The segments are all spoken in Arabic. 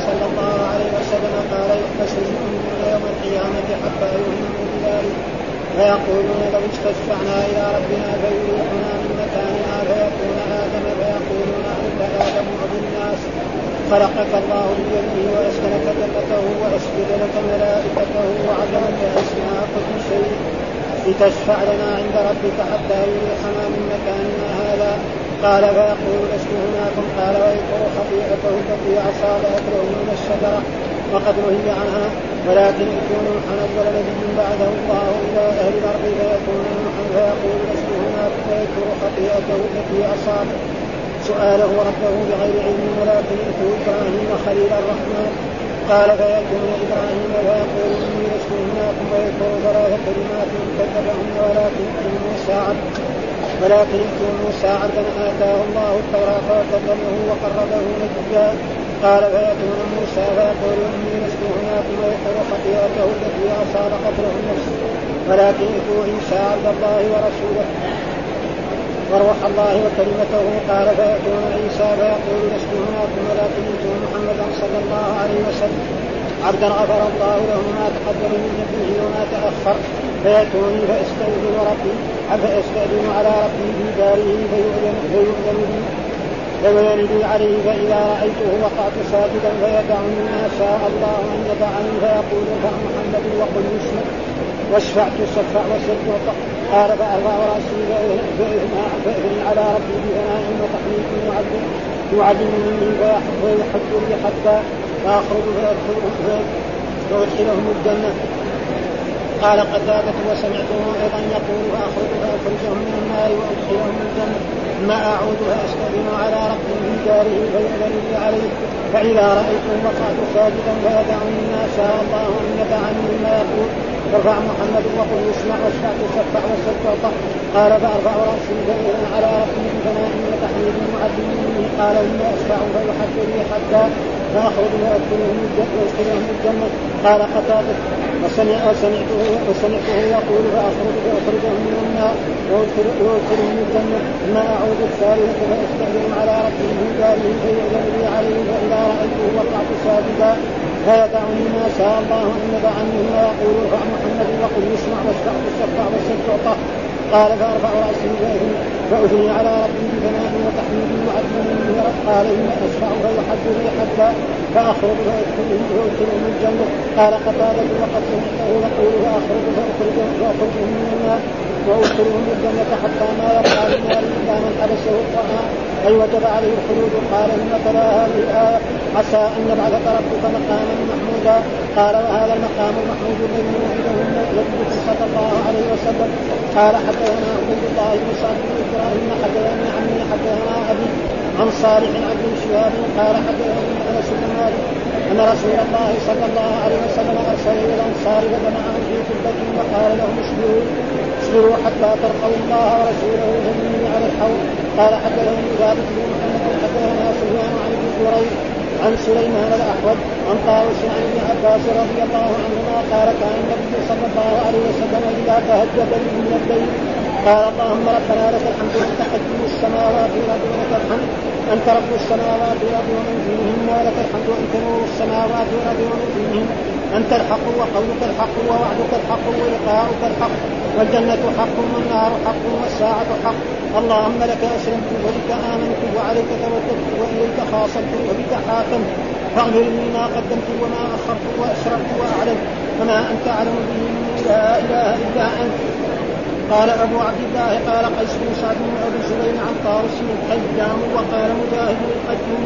صلى الله عليه وسلم قال يحبس المؤمنون يوم القيامة حتى يؤمنوا بذلك فيقولون لو استشفعنا إلى ربنا فيريحنا من مكاننا فيكون آدم فيقولون أنت آدم أبو الناس خلقك الله بيده وأسكنك جنته وأسجد لك ملائكته وعلمك أسماء كل شيء لتشفع لنا عند ربك حتى يريحنا من مكاننا هذا. قال فيقول لست هناكم. قال ويذكر خطيئته التي أصاب أكله من الشجرة وقد نهي عنها ولكن يكون نزل نبي بعده الله إلى أهل الأرض فيكون نوحا فيقول لست هناكم ويذكر خطيئته التي أصاب سؤاله ربه بغير علم ولكن يكون إبراهيم خليل الرحمن. قال فيكون إبراهيم فيقول إني لست هناكم ويذكر ثلاث كلمات كتبهن ولكن يكون موسى عبدا آتاه الله التوراة وكلمه وقربه نبيا. قال فيكون موسى فيقول إني لست هناكم ويذكر خطيئته التي أصاب قتله النفس ولكن يكون عيسى عبد الله ورسوله وروح الله وكلمته. قال فيكون عيسى فيقول لست هناكم ولكن يكون محمدا صلى الله عليه وسلم عبدا غفر الله له ما تقدم من ذنبه وما تأخر. فيكون فأستأذن على ربي في داره فيؤذن لي عليه فإذا رأيته وقعت ساجدا فيدعني ما شاء الله أن يدعني فيقول ارفع محمد وقل يسمع واشفعت الشفع وسجدت. قال فأرفع رأسي فأذن على ربي بثناء وتحميد يعلمني فيحج لي حتى فأخرج فأدخلهم الجنة. قال قتادة وسمعته أيضا يقول فأخرجهم من النار وأدخلهم الجنة ثم أعود فأستأذن على ربي في داره فيؤذن لي عليه فإذا رأيته وقعت ساجدا فيدعني ما شاء الله أن يدعني مما يقول فارفع محمد وقل يسمع واشفع تشفع وسجدت. قال فأرفع رأسي فأذن على ربي بثناء وتحميد معلمني. قال إني أشفع فيحج لي حتى فأخرج وأدخلهم الجنة. قال قتادة وسمعته يقول فأخرجهم من النار وأدخلهم الجنة ثم أعود الثالثة فأستأذن على ربي في داره فيؤذن لي عليه فإذا رأيته وقعت ساجدا فيدعني ما شاء الله أن يدعني ما يقول ارفع محمد وقل يسمع واشفع تشفع وسجدت. قال فأرفع رأسي فأثني على ربي بثناء وتحميد وعدل. قال إني أشفع فيحج لي حتى فأخرج فأدخلهم الجنة. قال قتادة وقد سمعته يقول فأخرجهم من النار وأدخلهم الجنة حتى ما يبقى للنار إلا من حبسه القرآن أي وجب عليه الخلود. قال إن تلا هذه الآية عسى أن يبعثك ربك مقاما محمودا. قال وهذا المقام المحمود الذي وعده النبي صلى الله عليه وسلم. قال حدثنا عبد الله بن سعد بن إبراهيم حدثنا عمي حدثنا أبي عن صالح عن ابن شهاب قال حدثني أنس بن مالك أن رسول الله صلى الله عليه وسلم أرسل إلى الأنصار فجمعهم في قبة وقال لهم اصبروا حتى تلقوا الله ورسوله فإني على الحوض. قال حدثني ثابت بن محمد حدثنا سفيان عن ابن جريج عن سليمان الأحوص عن طاووس عن ابن عباس رضي الله عنهما قال كان النبي صلى الله عليه وسلم إذا تهجد من الليل قال اللهم ربنا لك الحمد أنت قدم السماوات والأرض ولك الحمد أنت رب السماوات والأرض ومن فيهن ولك الحمد أنت نور السماوات والأرض ومن فيهن أنت الحق وقولك الحق ووعدك الحق ولقاؤك الحق والجنة حق والنار حق والساعة حق. اللهم لك أسلمت وبك آمنت وعليك توكلت وإليك خاصمت وبك حاكمت فاغفر لي ما قدمت وما أخرت وأسررت وأعلنت وما أنت أعلم به مني لا إله إلا أنت. قال أبو عبد الله قال قيس بن سعد بن أبي سليم عن طاووس القيام وقال مجاهد القيوم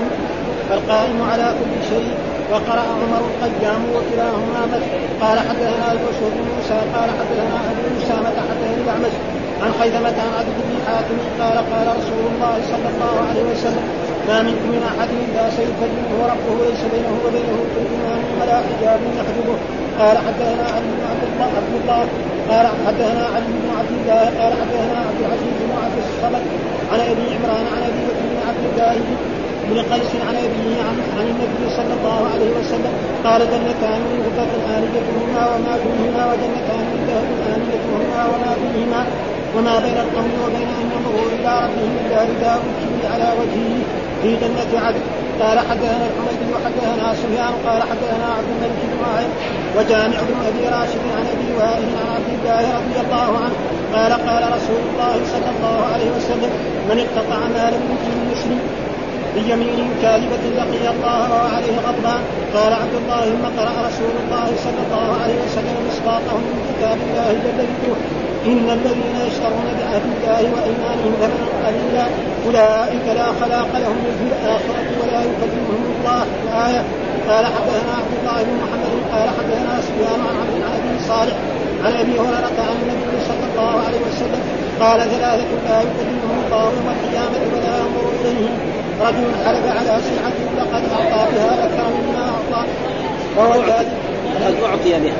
القائم على كل شيء وقرأ عمر القيام وكلاهما مسح. قال حدثنا البشر بن موسى قال حدثنا أبو أسامة حدثني الأعمش عن خيثمة عن عبد بن حاتم قال قال رسول الله صلى الله عليه وسلم ما منكم من أحد إلا سيكلمه ربه ليس بينه وبينه ترجمان ولا حجاب يحجبه. قال حدثنا علي بن عبد الله قال حدثنا علي بن عبد الله قال حدثنا عبد العزيز بن عبد الصمد عن أبي عمران عن أبي بكر بن عبد الله بن قيس عن أبيه عن النبي صلى الله عليه وسلم قال جنتان من غفرة آنيتهما وما فيهما وجنتان من ذهب آنيتهما وما فيهما وما بين القوم وبين أن يمروا إلى ربهم إلا رداء الكبر على وجهه في جنة عدن. قال حدثنا الحميدي وحدثنا سفيان قال حدثنا عبد الملك بن معاذ وجامع بن ابي راشد عن ابي وائل عن عبد الله رضي الله عنه قال قال رسول الله صلى الله عليه وسلم من اقتطع مال المسلم بيمين كاذبة لقي الله وعليه غضبان. قال عبد الله ثم قرأ رسول الله صلى الله عليه وسلم مصداقهم من كتاب الله جل ذكره إن الذين يشترون بعهد الله وإيمانهم ثمنا قليلا أولئك لا خلاق لهم في الآخرة ولا يكلمهم الله. الآية. قال حدثنا عبد الله بن محمد قال حدثنا سفيان عن أبي صالح عن أبي هريرة عن النبي صلى الله عليه وسلم قال ثلاثة لا يكلمهم الله يوم القيامة ولا ينظر إليهم رجل حلف على سلعة لقد أعطى بها أكثر مما أعطى وهو كاذب قد أعطي بها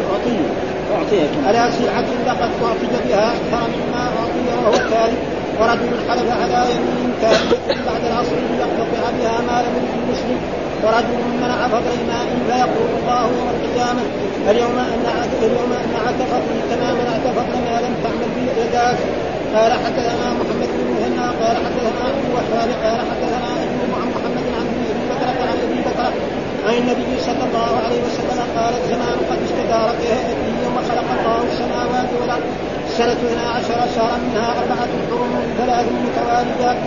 على سلعة لقد أعطي بها أكثر مما أعطي وهو كاذب ورجل حلف على يمين كاذبة بعد العصر يقتطع بها مال ملك المسلم ورجل منع فضل ماء فيقول الله يوم القيامة اليوم أنعت فضلي كما منعت فضل ما لم تعمل به يداك. قال حدثنا محمد بن مهنا قال حدثنا أبو وهاب قال حدثنا أيوب عن محمد عن أبي بكرة عن أبي بكرة عن النبي صلى الله عليه وسلم قال الزمان قد استدار كهيئته يوم خلق الله السماوات والأرض سنة 12 شهرا منها 4 حرم 3 متوالدات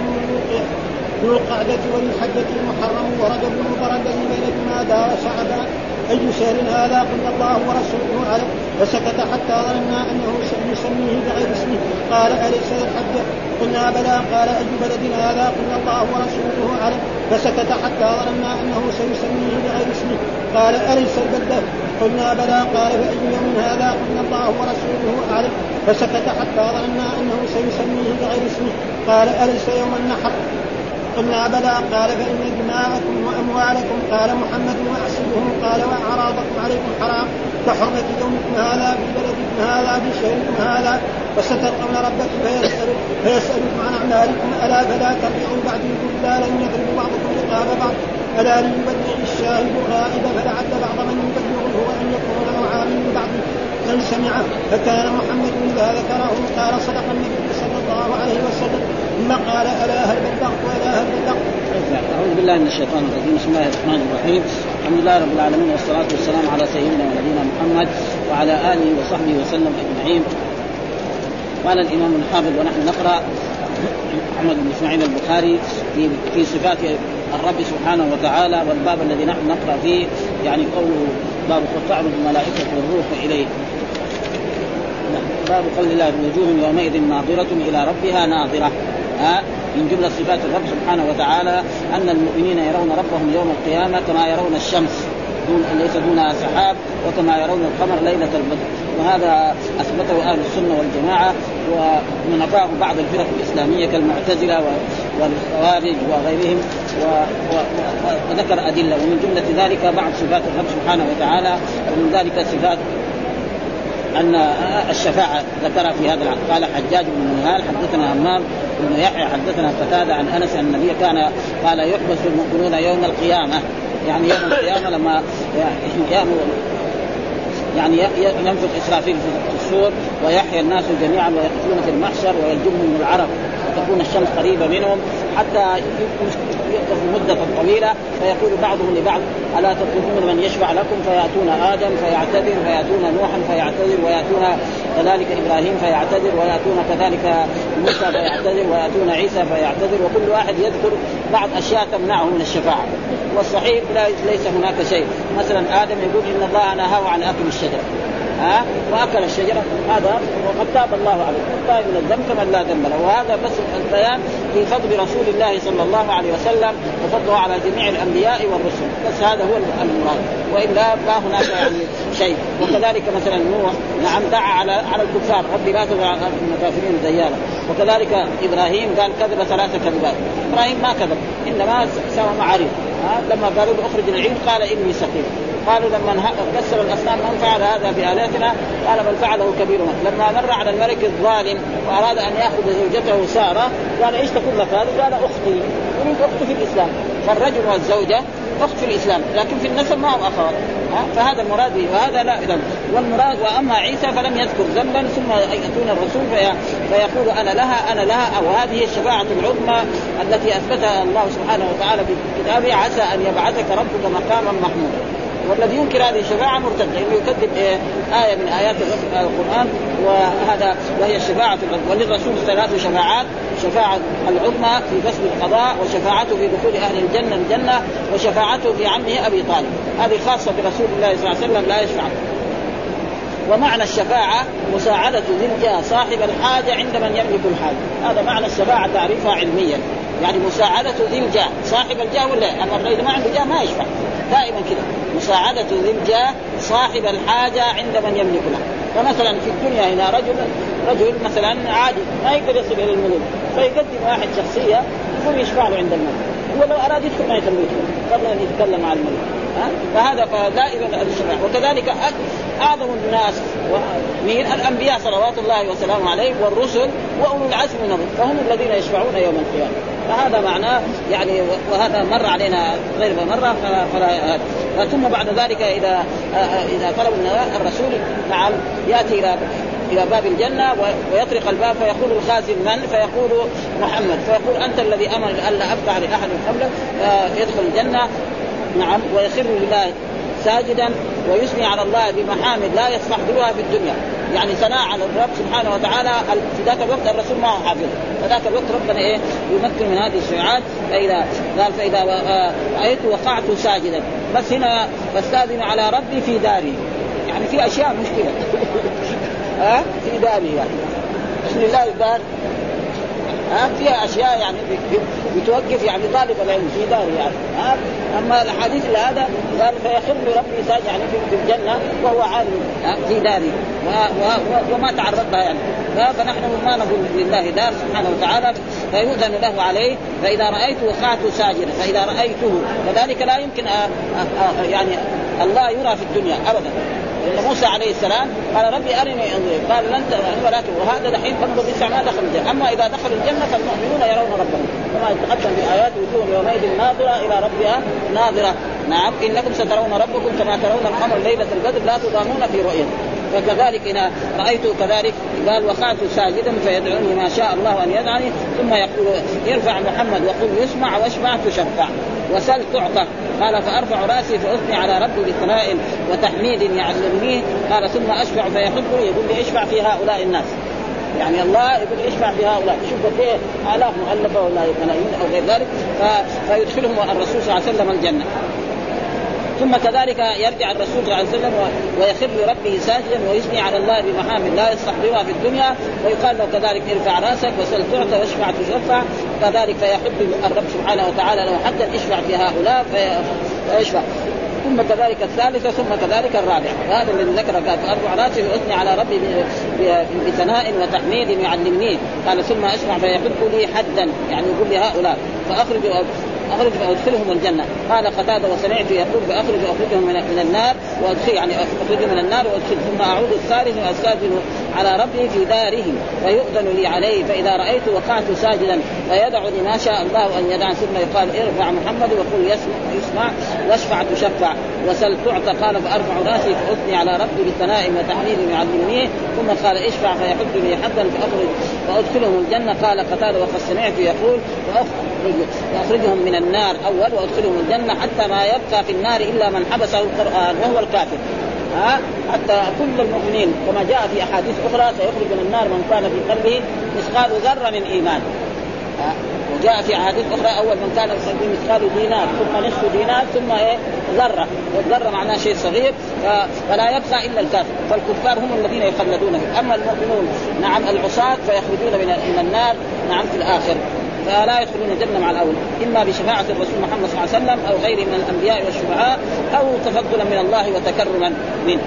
ذو القعدة والحجة المحرم ورجب المضر الذي بينهما دار شعبان أي شهر هذا قلنا الله ورسوله عليه فسكت حتى ظننا أنه سيسميه بغير اسمه قال أليس الحج قلنا بلى قال أي بلد هذا قلنا الله ورسوله عليه فسكت حتى ظننا أنه سيسميه بغير اسمه قال أليس البلدة قلنا بلى قال فأي يوم هذا قلنا الله ورسوله عليه فسكت حتى ظننا أنه سيسميه بغير اسمه قال أليس يوم النحر قلنا بلى قال فإن دماءكم وأموالكم قال محمد وأحسبهم قال وأعراضكم عليكم حرام كحرمة يومكم هذا في بلدكم هذا في شهركم هذا وستلقون ربكم فيسألكم عن أعمالكم ألا فلا ترجعوا بعد لا لن يضرب بعضكم رقاب بعض ألا ليبلغ الشاهد الغائب فلعل بعض من يبلغه هو أن يكون نوعا من بعض من سمعه فكان محمد إذا ذكره قال صدق النبي صلى الله عليه وسلم ثم قال ألا هل بلغت ولا هل بلغت. أعوذ بالله من الشيطان الرجيم. بسم الله الرحمن الرحيم. الحمد لله رب العالمين والصلاة والسلام على سيدنا ونبينا محمد وعلى آله وصحبه وسلم أجمعين. قال الإمام الحافظ ونحن نقرأ محمد بن إسماعيل البخاري في صفات الرب سبحانه وتعالى والباب الذي نحن نقرأ فيه يعني قوله باب تعرض الملائكة والروح إليه. باب قول الله وجوه يومئذ ناظرة إلى ربها ناظرة. من جملة صفات الرب سبحانه وتعالى أن المؤمنين يرون ربهم يوم القيامة كما يرون الشمس ليس دونها سحاب وكما يرون القمر ليلة البدر. وهذا أثبته أهل السنة والجماعة ونفاه بعض الفرق الإسلامية كالمعتزلة والخوارج وغيرهم وذكر أدلة. ومن جملة ذلك بعض صفات الرب سبحانه وتعالى ومن ذلك صفات أن الشفاعة ذكر في هذا قال حجاج بن منهال حدثنا همام بن يحيى حدثنا قتادة عن أنس أن النبي كان قال يحبس المؤمنون يوم القيامة يعني يوم القيامة لما ينفخ إسرافيل في الصور ويحيى الناس جميعا ويقفون في المحشر ويلجمهم العرق وتكون الشمس قريبة منهم حتى يقف مدة طويلة فيقول بعضهم لبعض ألا تطلبون من يشفع لكم فيأتون آدم فيعتذر ويأتون نوحا فيعتذر ويأتون كذلك إبراهيم فيعتذر ويأتون كذلك موسى فيعتذر ويأتون عيسى فيعتذر وكل واحد يذكر بعض أشياء تمنعه من الشفاعة. والصحيح ليس هناك شيء. مثلا آدم يقول إن الله نهاه عن أكل الشجرة وأكل الشجرة هذا وقد تاب الله عليه والتائب من الذنب كمن لا ذنب له. وهذا بس البيان في فضل رسول الله صلى الله عليه وسلم وفضله على جميع الأنبياء والرسل بس هذا هو المراد وإلا ما هناك يعني شيء. وكذلك مثلا نوح نعم دعا على الكفار رب لا تذر على الكافرين ديالا. وكذلك إبراهيم قال كذب 3 كذبات. إبراهيم ما كذب إنما سوى معارض لما قالوا له أخرج العيد قال إني سقيم. قالوا لما كسر الأصنام من فعل هذا بآلهتنا قال بل فعله كبيرنا. لما مر على الملك الظالم وأراد أن يأخذ زوجته سارة قال إيش تكون لك هذا؟ قال أختي يريد أختي في الإسلام. فالرجل والزوجة أخت في الإسلام لكن في النسب ما هم أخوات، فهذا المراد به وهذا لا إذن. والمراد وأما عيسى فلم يذكر ذنبا ثم يأتون الرسول فيقول أنا لها أو هذه الشفاعة العظمى التي أثبتها الله سبحانه وتعالى في كتابه عسى أن يبعثك ربك مقاما محمودا. والذي ينكر هذه الشفاعة مرتد لأنه يكذب آية من آيات القرآن وهي الشفاعة العظمى. وللرسول 3 شفاعات: شفاعة العظمى في فصل القضاء، وشفاعته في دخول أهل الجنة، وشفاعته في عمه أبي طالب. هذه خاصة برسول الله صلى الله عليه وسلم لا يشفع. ومعنى الشفاعة مساعدة ذي الجاه صاحب الحاجة عند من يملك الحاجة. هذا معنى الشفاعة تعريفها علميا، يعني مساعدة ذي الجاه صاحب الجاه ولا أما إذا ما عنده جاه ما يشفع دائما كده. مساعدة ذي الجاه صاحب الحاجة عند من يملك له. فمثلا في الدنيا هنا رجل مثلا عادي ما يقدر يصل إلى الملك فيقدم واحد شخصية يقول يشفع له عند الملك، ولو أراد يدخل ما يخليه قبل أن يتكلم مع الملك. فهذا فدائما الشفاعة. وكذلك أعظم الناس من الأنبياء صلوات الله وسلامه عليه والرسل وأولو العزم من الرسل، فهم الذين يشفعون يوم القيامة. فهذا معناه يعني، وهذا مر علينا غير مرة. ثم بعد ذلك إذا طلب الرسول نعم يأتي إلى باب الجنة ويطرق الباب فيقول الخازن من؟ فيقول محمد، فيقول أنت الذي أمر ألا أفتح لأحد قبلك يدخل الجنة. نعم. ويخر لله ساجدا ويثني على الله بمحامد لا يستحضرها في الدنيا، يعني ثناء على الرب سبحانه وتعالى. في ذاك الوقت الرسول ما هو حافظ، فذاك الوقت ربنا يمكن من هذه الشفاعات. فإذا رأيت وقعت ساجدا، بس هنا بستأذن على ربي في داري، يعني في أشياء مشكلة في داري، يعني بسم الله الدار فيها أشياء يعني بتوقف يعني طالب العلم في داري يعني. أما الحديث اللي هذا قال فيخر ربي ساجد يعني في الجنة وهو عالم في داري وما تعرض لها يعني. فنحن ما نقول لله دار سبحانه وتعالى فيؤذن له عليه. فإذا رأيته وقعت ساجدا، فإذا رأيته كذلك لا يمكن يعني الله يرى في الدنيا أبدا. إن موسى عليه السلام قال ربي أرني أنظر، قال لن تراني ولكن وهذا دحين برضه لسه ما دخل الجنة. أما إذا دخل الجنة فالمؤمنون يرون ربهم كما يتقدم في آيات وجوه يومئذ ناظرة إلى ربها ناظرة. نعم إنكم سترون ربكم كما ترون القمر ليلة البدر لا تضامون في رؤيته. فكذلك إن رأيته كذلك قال وقعت ساجدا فيدعوني ما شاء الله أن يدعني، ثم يقول ارفع محمد وقل يسمع واشفع تشفع وسل تعطى. قال فأرفع رأسي فأثني على ربي بالثناء وتحميد يعلمنيه. قال ثم أشفع فيحب يقول لي اشفع في هؤلاء الناس، يعني الله يقول اشفع في هؤلاء. شوف قد ايه آلاف مؤلفة ولا ملايين أو غير ذلك، فيدخلهم الرسول صلى الله عليه وسلم الجنة. ثم كذلك يرجع الرسول صلى الله عليه وسلم ويخر لربه ساجدا ويثني على الله بمحامد لا يستحضرها في الدنيا، ويقال له كذلك ارفع راسك وسل تعطى واشفع تشفع. كذلك فيحب الرب سبحانه وتعالى لو حتى اشفع في هؤلاء فيشفع. ثم كذلك الثالثة ثم كذلك الرابعة. وهذا الذي ذكر قال فأرفع راسي وأثني على ربي بثناء وتحميد يعلمني. قال ثم أشفع فيحب لي حدا، يعني يقول لي هؤلاء فأخرج فأدخلهم الجنة. قال قتادة وسمعت يقول فأخرجهم من النار وأدخل، يعني أخرجهم من النار وأدخل. ثم أعود الثالث وأستأذن على ربي في دارهم فيؤذن لي عليه. فإذا رأيت وقعت ساجدا فيدعني ما شاء الله أن يدعن. ثم يقال ارفع محمد وقل يسمع واشفع تشفع وسل تعطى. قال فأرفع راسي فأثني على ربي بالثناء وتحميد يعلمني. ثم قال اشفع فيحد لي حدا فأدخلهم الجنة. قال قتادة وقد سمعت يقول فأخرجهم من النار أول وأدخلهم الجنة حتى ما يبقى في النار إلا من حبسه القرآن وهو الكافر. حتى كل المؤمنين كما جاء في أحاديث أخرى سيخرج من النار من كان في قلبه مثقال ذرة من إيمان. وجاء في أحاديث أخرى أول من كان في قلبه مثقال دينار ثم نصف دينار ثم ذرة، والذرة معناه شيء صغير، فلا يبقى إلا الكافر. فالكفار هم الذين يخلدون فيه. أما المؤمنون نعم العصاة فيخرجون من النار نعم في الآخر، فلا يدخلون الجنة مع الأول إما بشفاعة الرسول محمد صلى الله عليه وسلم أو غيره من الأنبياء والشفعاء أو تفضلا من الله وتكرما منه.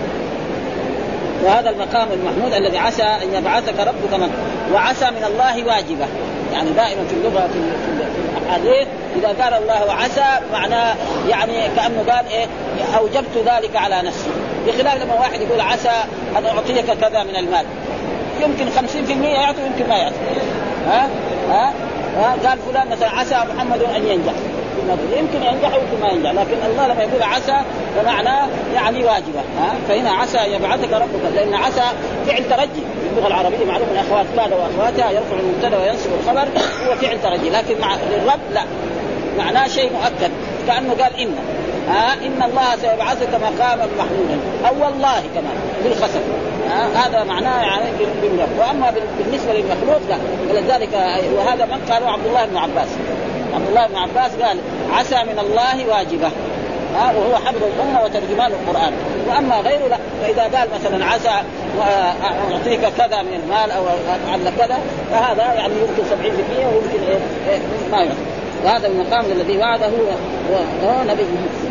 وهذا المقام المحمود الذي عسى أن يبعثك ربك من. وعسى من الله واجبة، يعني دائما في اللغة في الأحاديث إذا قال الله وعسى معناه يعني كأنه قال إيه أوجبت ذلك على نفسي، بخلاف لما واحد يقول عسى أن أعطيك كذا من المال، يمكن 50% يعطي يمكن ما يعطي. قال فلان مثلا عسى محمد أن ينجح، يمكن ينجح ويمكن ما ينجح، لكن الله لما يقول عسى فمعناه يعني واجبة. فهنا عسى يبعثك ربك، لأن عسى فعل ترجي باللغة العربية، معلوم من أخوات كاد وأخواتها يرفع المبتدأ وينصب الخبر، هو فعل ترجي، لكن مع الرب لا، معناه شيء مؤكد، كأنه قال إن الله سيبعثك مقاما محمودا، أو والله كمان بالخسر، هذا معناه يعني بالرب. وأما بالنسبة للمخلوق لا. ولذلك وهذا من قاله عبد الله بن عباس. عبد الله بن عباس قال عسى من الله واجبة، وهو حبر الأمة وترجمان القرآن. وأما غيره لا. فإذا قال مثلا عسى أعطيك كذا من المال أو أفعل كذا، فهذا يعني يمكن 70% ويمكن ما يمكن. وهذا المقام الذي وعده هو نبي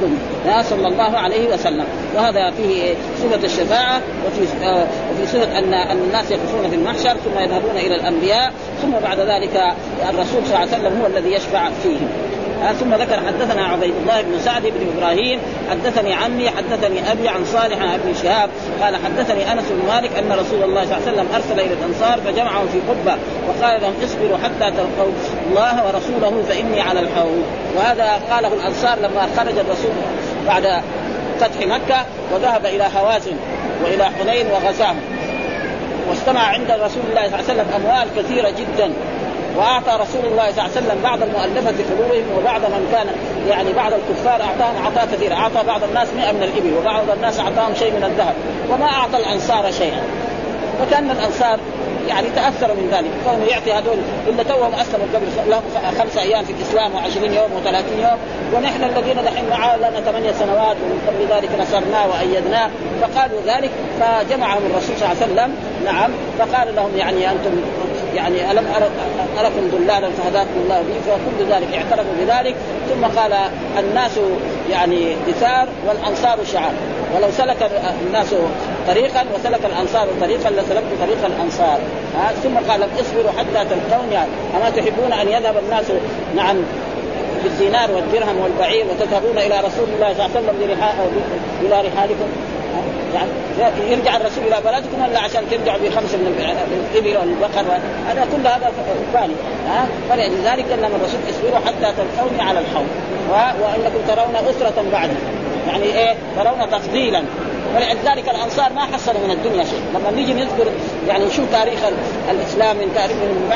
صلى الله عليه وسلم. وهذا فيه صفة الشفاعة، وفي صفة أن الناس يقفون في المحشر ثم يذهبون إلى الأنبياء، ثم بعد ذلك الرسول صلى الله عليه وسلم هو الذي يشفع فيهم. ثم ذكر حدثنا عبيد الله بن سعد بن إبراهيم حدثني عمي حدثني أبي عن صالح عن ابن شهاب قال حدثني أنس بن مالك أن رسول الله صلى الله عليه وسلم أرسل إلى الأنصار فجمعهم في قبة وقال لهم اصبروا حتى تلقوا الله ورسوله فإني على الحوض. وهذا قاله الأنصار لما خرج الرسول بعد فتح مكة وذهب إلى هوازن وإلى حنين وغزاهم، واجتمع عند رسول الله صلى الله عليه وسلم أموال كثيرة جدا، وأعطى رسول الله صلى الله عليه وسلم بعض المؤلفة قلوبهم وبعض من كان يعني بعض الكفار أعطاهم عطاء كثير، أعطى بعض الناس 100 من الإبل وبعض الناس أعطاهم شيء من الذهب، وما أعطى الأنصار شيئا. فكان الأنصار يعني تأثروا من ذلك، كانوا يعطي هذول إلا توهم أسلموا قبل لهم 5 أيام في الإسلام و20 يوم و30 يوم، ونحن الذين دحين معاه لنا 8 سنوات ومن قبل ذلك نصرناه وأيدناه. فقالوا ذلك فجمعهم الرسول صلى الله عليه وسلم نعم، فقال لهم يعني أنتم يعني ألم أركم ضلالا فهداكم الله به، فكل ذلك اعترفوا بذلك. ثم قال الناس يعني دثار والأنصار شعار، ولو سلك الناس طريقا وسلك الأنصار طريقا لسلكت طريق الأنصار. ثم قال اصبروا حتى تلقوني، أما تحبون أن يذهب الناس نعم بالدينار والدرهم والبعير وتذهبون إلى رسول الله صلى الله عليه وسلم إلى رحالكم؟ يعني يرجع الرسول إلى بلدكم ولا عشان ترجعوا ب5 من الإبل والبقر؟ هذا كل هذا فاني. فلذلك لما الرسول اصبروا حتى تلقوني على الحوض، وإنكم ترون أسرة بعدي، يعني إيه ترون تفضيلا. ولذلك الأنصار ما حصلوا من الدنيا شيء. لما نيجي نذكر يعني شو تاريخ الإسلام من تاريخ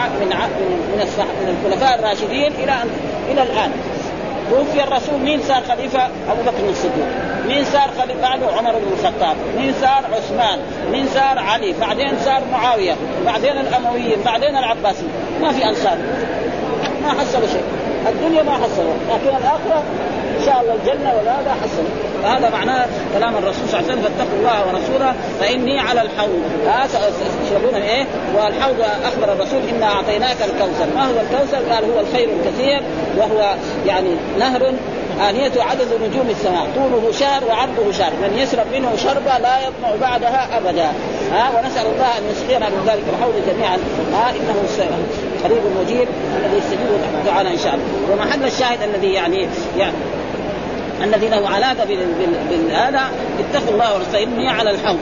من الخلفاء الراشدين إلى الآن، توفي الرسول مين صار خليفة؟ أبو بكر الصديق. مين صار خليفة بعده؟ عمر بن الخطاب. مين صار؟ عثمان. مين صار؟ علي. بعدين صار معاوية، بعدين الأمويين، بعدين العباسيين. ما في أنصار، ما حصلوا شيء. الدنيا ما حصلوا، لكن الآخرة إن شاء الله الجنة ولا حصلوا. فهذا معناه كلام الرسول صلى الله عليه وسلم فاتقوا الله ورسوله فإني على الحوض. تشربون إيه؟ والحوض أخبر الرسول إنا أعطيناك الكوثر. ما هو الكوثر؟ قال هو الخير الكثير، وهو يعني نهر آنية عدد نجوم السماء، طوله شهر وعرضه شهر، من يشرب منه شربة لا يطمع بعدها أبدا. ونسأل الله أن يسقينا من ذلك الحوض جميعا، إنه قريب مجيب الذي يستجيب دعانا إن شاء الله. ومحل الشاهد الذي يعني الذي له علاقة بالهذا اتقوا الله ورسولني على الحوض.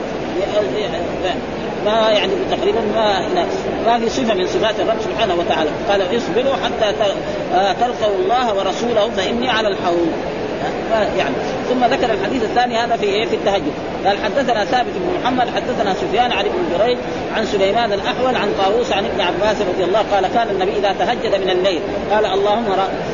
ما يعني تقريبا ما في صفة من صفات الرب سبحانه وتعالى. قال اصبروا حتى تلقوا الله ورسوله فإني على الحوض. يعني ثم ذكر الحديث الثاني هذا في التهجد. قال حدثنا ثابت بن محمد حدثنا سفيان عن ابن جريج عن سليمان الأحول عن طاووس عن ابن عباس رضي الله قال كان النبي إذا تهجد من الليل قال اللهم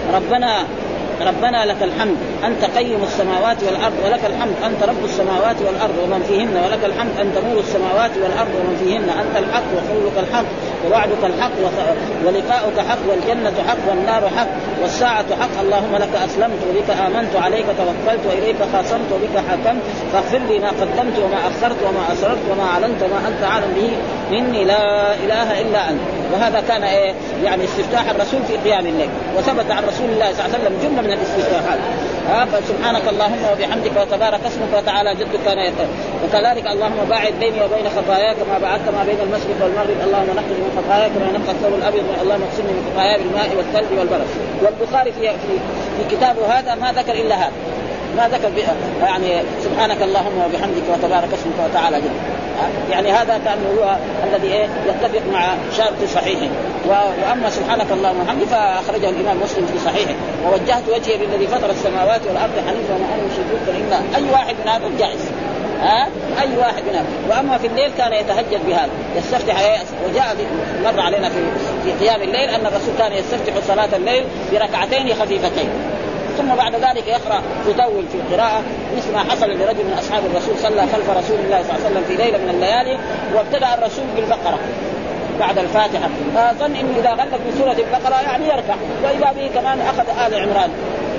ربنا لك الحمد أنت قيم السماوات والأرض، ولك الحمد أنت رب السماوات والأرض ومن فيهن، ولك الحمد أنت نور السماوات والأرض ومن فيهن، أنت الحق وقولك الحق ووعدك الحق ولقاؤك حق والجنة حق والنار حق والساعة حق. اللهم لك أسلمت وبك آمنت عليك توكلت وإليك خاصمت وبك حكمت فاغفر لي ما قدمت وما أخرت وما أسررت وما أعلنت وما أنت أعلم به مني لا إله إلا أنت. وهذا كان يعني استفتاح الرسول في قيام الليل، وثبت عن رسول الله صلى الله عليه وسلم جملة من الاستفتاحات. سبحانك اللهم وبحمدك وتبارك اسمك وتعالى جدك كان يقول. وكذلك اللهم باعد بيني وبين خطاياك كما بعدت ما بين المشرق والمغرب. اللهم نقني من خطاياك كما ينقى الثوب الابيض. اللهم اغسلني من خطاياي بالماء والثلج والبرد. والبخاري في كتابه هذا ما ذكر الا هذا، ما ذكر يعني سبحانك اللهم وبحمدك وتبارك اسمك وتعالى جدك. يعني هذا كان هو الذي يتفق مع شرط صحيحه. وأما سبحانك اللهم وبحمدك فأخرجه الإمام مسلم في صحيحه. ووجهت وجهي للذي فطر السماوات والأرض حنيفا وما أنا مشرك بالله. أي واحد من هذا الجائز، أي واحد منهم. وأما في الليل كان يتهجد بهذا، يستفتح. وجاء مر علينا في قيام الليل أن الرسول كان يستفتح صلاة الليل بركعتين خفيفتين، ثم بعد ذلك يقرأ يطول في القراءة، مثل ما حصل لرجل من أصحاب الرسول صلى خلف رسول الله صلى الله عليه وسلم في ليلة من الليالي، وابتدأ الرسول بالبقرة بعد الفاتحة، ظن إنه إذا غلق من سورة البقرة يعني يركع، وإذا به كمان أخذ آل عمران.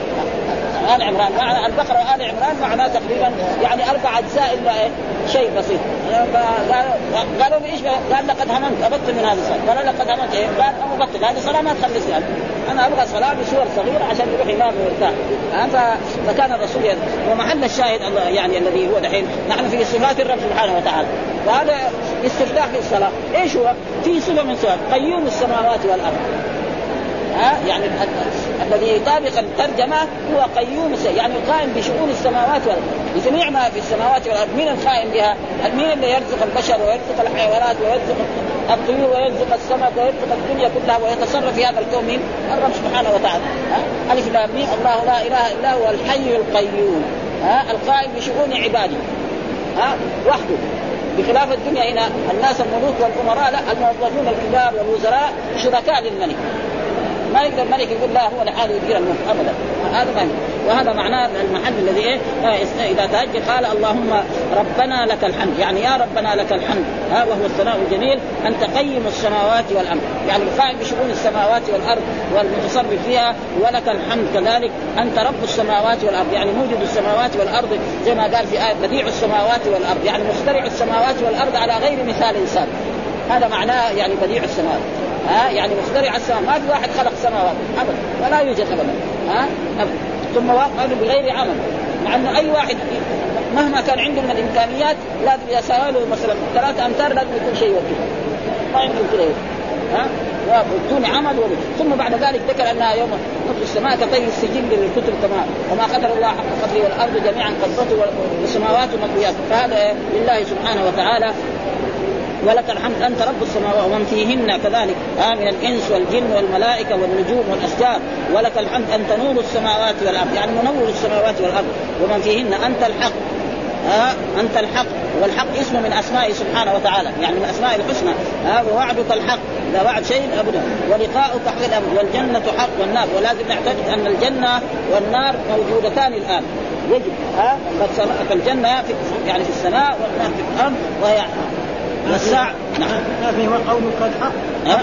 آل عمران معنى البقرة وآل عمران معناه تقريبا يعني 4 أجزاء إلا شيء بسيط. قالوا لي إيش؟ قال لقد هممت أبطل من هذه الصلاة. قال لقد هممت إيه؟ قال أبطل هذه الصلاة ما تخلصني أنا أبغى صلاة بسور صغيرة عشان يروح ينام ويرتاح. فكان الرسول ومحل الشاهد يعني الذي هو دحين نحن في صفات الرب سبحانه وتعالى، وهذا استفتاح في الصلاة. إيش هو؟ في صفة من صفات قيوم السماوات والأرض. يعني الذي يطابق الترجمة هو قيوم، يعني قائم بشؤون السماوات والأرض، بجميع ما في السماوات والأرض. من القائم بها؟ مين اللي يرزق البشر ويرزق الحيوانات ويرزق الطيور ويرزق السمك ويرزق الدنيا كلها ويتصرف في هذا الكون؟ مين؟ الرب سبحانه وتعالى. ألف لام ميم، الله لا إله إلا هو الحي القيوم، القائم بشؤون عباده وحده. بخلاف الدنيا هنا الناس الملوك والأمراء، لا، الموظفون الكبار والوزراء شركاء للملك، ما يقدر الملك يقول لا هو لحاله يدير الملك أبدا. هذا ما، وهذا معناه المحل الذي إذا تهجد قال اللهم ربنا لك الحمد، يعني يا ربنا لك الحمد، وهو الثناء الجميل. أنت قيم السماوات والأرض، يعني قائم بشؤون السماوات والأرض والمتصرف فيها، ولك الحمد كذلك. أنت رب السماوات والأرض، يعني موجد السماوات والأرض زي ما قال في آية بديع السماوات والأرض، يعني مخترع السماوات والأرض على غير مثال إنسان. هذا معناه يعني بديع السماوات، يعني مخترع السماء، ما في واحد خلق سماوات أبدا ولا يوجد أبدا، أبدا. ثم قالوا بغير عمل، مع أن أي واحد مهما كان عنده من الإمكانيات لازم يساوي له مثلا 3 أمتار لازم يكون شيء وكذا، ما يمكن كذا بدون عمل. ثم بعد ذلك ذكر أنها يوم نطوي السماء كطي السجل للكتب كما وما قدر الله حق قدره والأرض جميعا قبضته والسماوات مطويات. فهذا لله سبحانه وتعالى. ولك الحمد أنت رب السماوات ومن فيهن كذلك من الإنس والجن والملائكة والنجوم والأشجار. ولك الحمد أنت نور السماوات والأرض، يعني منور السماوات والأرض. ومن فيهن أنت الحق، أنت الحق، والحق اسم من أسماء سبحانه وتعالى، يعني من أسماء الحسنى. ووعدك الحق، لا وعد شيء أبدا. ولقاؤك حق الأمر، والجنة حق والنار. ولازم نعتقد أن الجنة والنار موجودتان الآن، يجب فالجنة يعني في السماء والنار في الأرض، وهي والساعة. نعم. فيه وقولك الحق.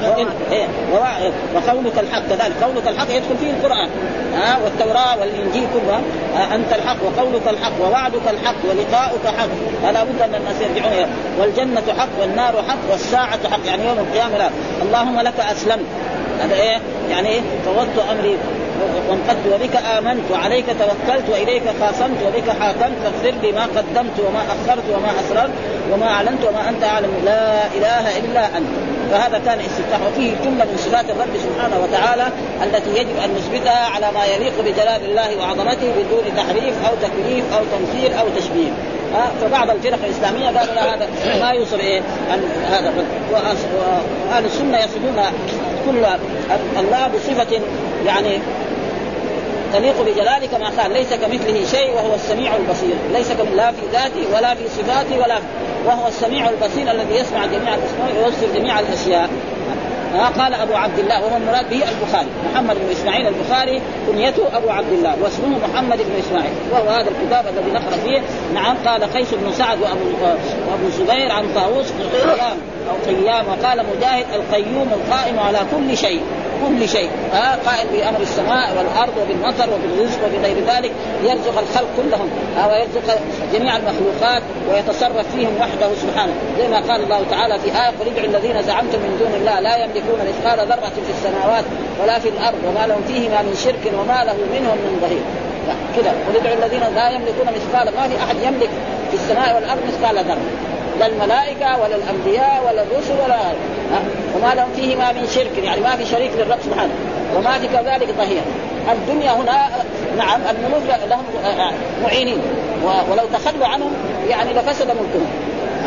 وقولك الحق كذلك، قولك الحق يدخل فيه القرآن والتوراة والإنجيل كلها. أنت الحق وقولك الحق ووعدك الحق ولقاؤك حق، فلا بد أن الناس يرجعون إليه. والجنة حق والنار حق والساعة حق، يعني يوم القيامة لا. اللهم لك أسلمت، هذا يعني فوضت أمري وانقدت وبك آمنت وعليك توكلت وإليك خاصمت وبك حاكمت فاغفر لي ما قدمت وما أخرت وما أسررت وما أعلنت وما أنت أعلم، لا إله إلا أنت. فهذا كان استفتاح، وفيه جملة من صفات الرب سبحانه وتعالى التي يجب أن نثبتها على ما يليق بجلال الله وعظمته بدون تحريف أو تكييف أو تمثيل أو تشبيه. فبعض الفرق الإسلامية قالوا لا هذا ما يوصل أن هذا. وأهل السنة يصفون كل الله بصفة يعني تليق بجلاله كما قال ليس كمثله شيء وهو السميع البصير، ليس لا في ذاته ولا في صفاته وهو السميع البصير الذي يسمع جميع الأسماء ويبصر جميع الأشياء. قال أبو عبد الله، وهو المراد به البخاري، محمد بن إسماعيل البخاري كنيته أبو عبد الله واسمه محمد بن إسماعيل، وهو هذا الكتاب الذي نقرأ فيه. نعم. قال قيس بن سعد وأبو زبير عن طاووس بن قيام أو قيام. وقال مجاهد القيوم القائم على كل شيء، كل شيء قائم بأمر السماء والأرض وبالمطر وبالرزق وبغير ذلك، يرزق الخلق كلهم ويرزق جميع المخلوقات ويتصرف فيهم وحده سبحانه، زي ما قال الله تعالى في آية قل ادعوا الذين زعمتم من دون الله لا يملكون مثقال ذرة في السماوات ولا في الأرض وما لهم فيهما من شرك وما له منهم من ظهير. كده قل ادعوا الذين لا يملكون مثقال، ما في أحد يملك في السماء والأرض مثقال ذرة، لا الملائكة ولا الأنبياء ولا الرسل ولا وما لهم فيهما من شرك، يعني ما في شريك للرب سبحانه وما في كذلك ظهير. الدنيا هنا نعم الملوك لهم معينين ولو تخلوا عنهم يعني لفسد ملكهم،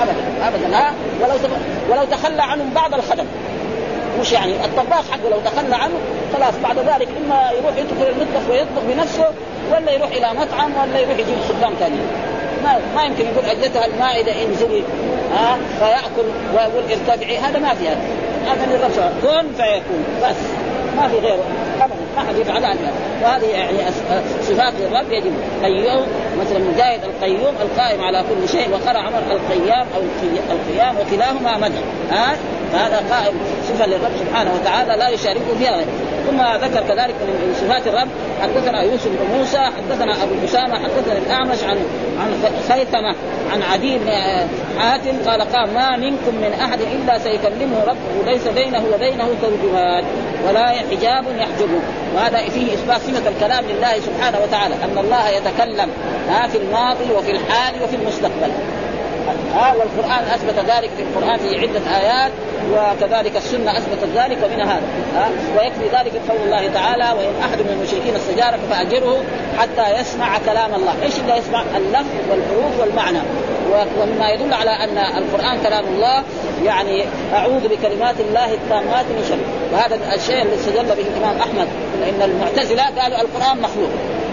أبدا. ولو تخلى عنهم بعض الخدم، مش يعني الطباخ حقه لو تخلى عنه خلاص بعد ذلك إما يروح يدخل المطبخ ويطبخ بنفسه، ولا يروح إلى مطعم، ولا يروح يجيب خدام ثانيين. ما يمكن يقول أجلتها المائدة انزلي فيأكل ويقول ارتفعي، هذا ما في هذا من الرب كن فيكون بس، ما في غيره أبدا، ما حد يفعل عنها. وهذه يعني صفات الرب يجب. قيوم مثلا مجاهد القيوم القائم على كل شيء، وقرأ عمر القيام أو القيام، وكلاهما مدى. هذا قائم صفة للرب سبحانه وتعالى لا يشاركه فيها غيره. ثم ذكر كذلك من صفات الرب حدثنا يوسف بن موسى حدثنا أبو أسامة حدثنا الأعمش عن خيثمة عن عدي بن حاتم قال ما منكم من أحد إلا سيكلمه ربه ليس بينه وبينه ترجمان ولا حجاب يحجبه. وهذا فيه إثبات صفة الكلام لله سبحانه وتعالى، أن الله يتكلم في الماضي وفي الحال وفي المستقبل. والقرآن أثبت ذلك في القرآن في عدة آيات، وكذلك السنة أثبتت ذلك، ومن هذا ويكفي ذلك قول الله تعالى وإن أحد من المشركين استجارك فأجره حتى يسمع كلام الله. إيش اللي يسمع؟ اللفظ والحروف والمعنى. ومما يدل على أن القرآن كلام الله يعني أعوذ بكلمات الله التامات من شر. وهذا الشيء اللي استدل به الإمام أحمد، إن المعتزلة قالوا القرآن مخلوق،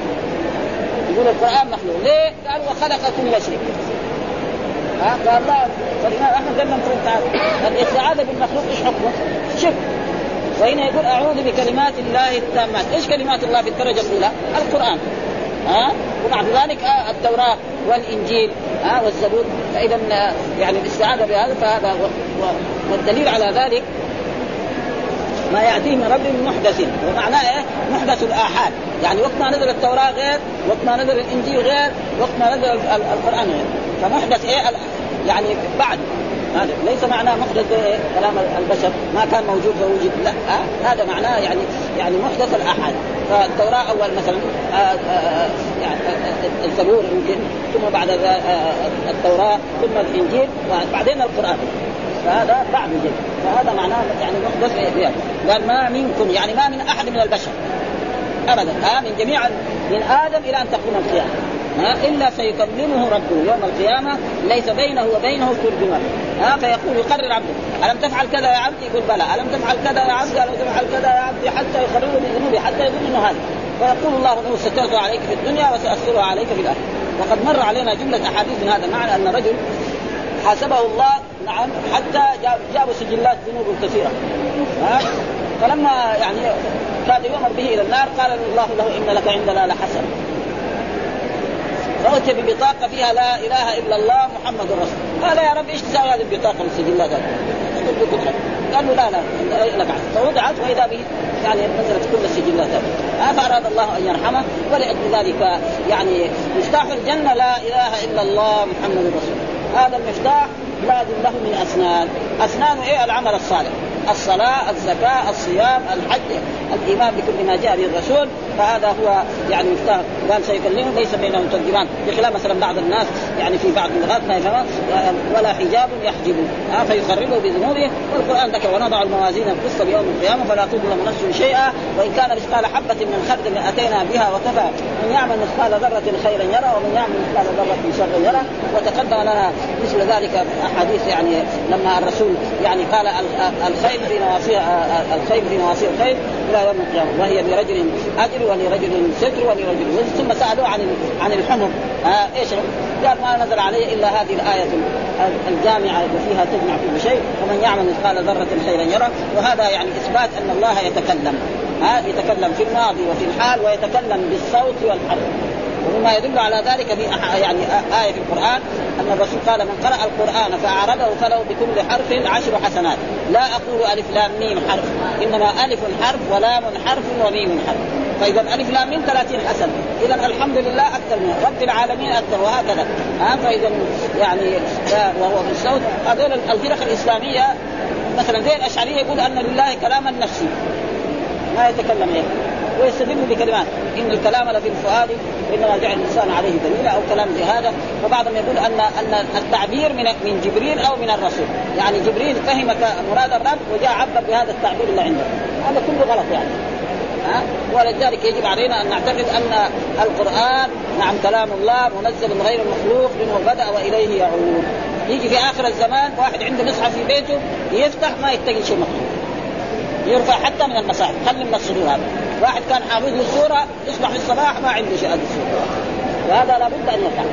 يقول القرآن مخلوق ليه؟ قالوا وخلق كل شيء. قال لا، فالإمام أحمد قال لهم تعالى الاستعاذة بالمخلوق إيش حكمه؟ شرك. وهنا يقول أعوذ بكلمات الله التامات. إيش كلمات الله في الدرجة الأولى؟ القرآن. وبعد ذلك التوراة والإنجيل والزبور. فإذا يعني الاستعاذة بهذا فهذا والدليل على ذلك ما يأتيه من رب محدث. ومعناه إيه؟ محدث الآحاد، يعني وقت ما نزل التوراة غير، وقت ما نزل الإنجيل غير، وقت ما نزل القرآن غير. فمحدث إيه؟ يعني بعد هذا ليس معناه محدث كلام البشر ما كان موجود فوجد، لا هذا معناه يعني محدث الآحاد. فالتوراة أول مثلا يعني الزبور يمكن، ثم بعد التوراة ثم الإنجيل وبعدين القرآن، فهذا بعد جد. فهذا معناه يعني محدث فيها. قال ما منكم يعني ما من أحد من البشر أبدا من جميع من آدم إلى أن تقوم القيامة إلا سيكلمه ربه يوم القيامة ليس بينه وبينه ترجمان. فيقول يقرر عبده ألم تفعل كذا يا عبدي؟ يقول بلى. ألم تفعل كذا يا عبدي؟ ألم تفعل كذا يا عبدي؟ حتى يقرره بذنوبه حتى يقول إنه هذا. فيقول الله أنه سترضى عليك في الدنيا وسأسترها عليك في الآخرة. وقد مر علينا جملة أحاديث من هذا المعنى، أن رجل حاسبه الله نعم حتى جابوا سجلات ذنوب كثيرة. فلما يعني كان يؤمر به إلى النار قال الله له إن لك عندنا لحسن. فأتي ببطاقة فيها لا إله إلا الله محمد رسول. قال يا رب إيش تساوي هذه البطاقة السجلات هذه؟ قال له لا لك عسل. فوضعت وإذا به يعني نزلت كل السجلات هذه. فأراد الله أن يرحمه، ولأجل ذلك يعني مفتاح الجنة لا إله إلا الله محمد رسول. هذا المفتاح لازم له من أسنان إيه؟ العمل الصالح، الصلاة، الزكاة، الصيام، الحج، الإيمان بكل ما جاء به الرسول. فهذا هو يعني مفتاح. قال سيكلمه ليس بينهم ترجمان، بخلاف مثلا بعض الناس يعني في بعض اللغات ما يفهم ولا حجاب يحجبه فيقربه بذنوبه. والقرآن ذكر ونضع الموازين القسط ليوم القيامة فلا تظلم نفس شيئا وإن كان مثقال حبة من خردل أتينا بها وكفى. من يعمل مثقال ذرة خيرا يرى ومن يعمل مثقال ذرة شرا يرى. وتقدم لنا مثل ذلك أحاديث يعني لما الرسول يعني قال الخير في نواصي الخير إلى يوم القيامة، وهي لرجل أجر ولرجل ستر ولرجل وزر. ثم سألوا عن الحمر إيش؟ قال ما نزل عليه إلا هذه الآية الجامعة وفيها تجمع كل شيء ومن يعمل مثقال ذرة خيرا يرى. وهذا يعني إثبات أن الله يتكلم في الماضي وفي الحال ويتكلم بالصوت والحرف. ومما يدل على ذلك في يعني آية في القرآن أن الرسول قال من قرأ القرآن فأعرضه فله بكل حرف 10 حسنات. لا أقول ألف لام ميم حرف، إنما ألف حرف ولام حرف وميم حرف. فإذا ألف لام ميم 30 حسنة، إذا الحمد لله أكثر من رب العالمين أكثر، وهكذا. فإذا يعني وهو في الصوت. هذول الفرق الإسلامية مثلا زي الأشعرية يقول أن لله كلاما نفسي ما يتكلم إيه، ويستدل بكلمات إن الكلام لفي الفؤاد وإنما جعل الإنسان عليه دليلا أو كلام زي هذا. وبعضهم يقول أن التعبير من جبريل أو من الرسول، يعني جبريل فهم مراد الرب وجاء عبر بهذا التعبير اللي عنده. هذا كله غلط يعني. ولذلك يجب علينا أن نعتقد أن القرآن نعم كلام الله منزل غير مخلوق منه بدأ وإليه يعود. يجي في آخر الزمان واحد عنده مصحف في بيته يفتح ما يتقل شيء مكتوب، يرفع حتى من المصاحف، خلي من الصدور. هذا واحد كان حافظ السورة يصبح في الصباح ما عنده شيء السورة، وهذا لابد أن يفعل.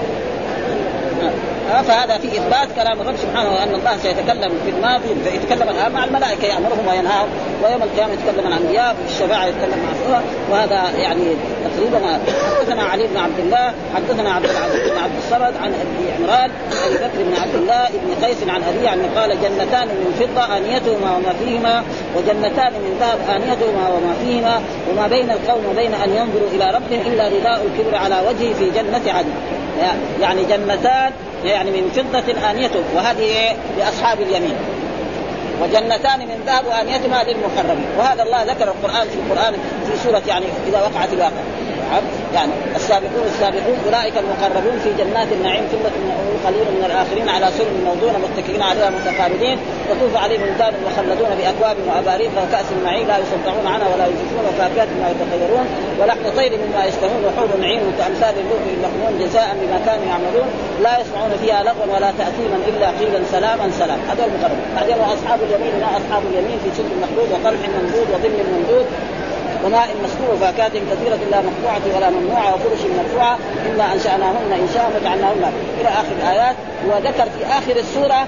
فهذا في إثبات كلام الرب سبحانه وأن الله سيتكلم في الماضي، فيتكلم الآن مع الملائكة يأمرهم وينهاهم، ويوم القيامة يتكلم عن الأنبياء، وفي الشفاعة يتكلم مع الصورة. وهذا يعني تقريبا. حدثنا علي بن عبد الله حدثنا عبد العزيز بن عبد الصمد عن أبي عمران أبي بكر بن عبد الله بن قيس عن أبي عنه قال جنتان من فضة آنيتهما وما فيهما، وجنتان من ذهب آنيتهما وما فيهما، وما بين القوم وبين أن ينظروا إلى ربهم إلا رداء الكبر على وجهه في جنة عدن. يعني جنتان يعني من فضة آنيته، وهذه لأصحاب اليمين، وجنتان من ذهب آنيتهما للمقربين. وهذا الله ذكر القرآن في القرآن في سورة يعني إذا وقعت الواقع، يعني السابقون أولئك المقربون في جنات النعيم ثلة قليل من الآخرين على سرر موضونة متكئين عليها متقابلين يطوف عليهم ولدان مخلدون بأكواب وأباريق وكأس من معين لا يصدعون عنها ولا ينزفون وفاكهة مما يتخيرون ولحم طير مما يشتهون وحور عين كأمثال اللؤلؤ المكنون جزاء بما كانوا يعملون لا يسمعون فيها لغوا ولا تأثيما إلا قيلا سلاما سلام. هذا المقرب. بعدين وأصحاب اليمين ما أصحاب اليمين في سدر مخلود وطلح منضود وظل ممدود وماء مسكوب وفاكهة كثيرة لا مقطوعة ولا ممنوعة وفرش مرفوعة إلا أنشأناهن إنشاء وجعلناهن إلى آخر الآيات. وذكر في آخر السورة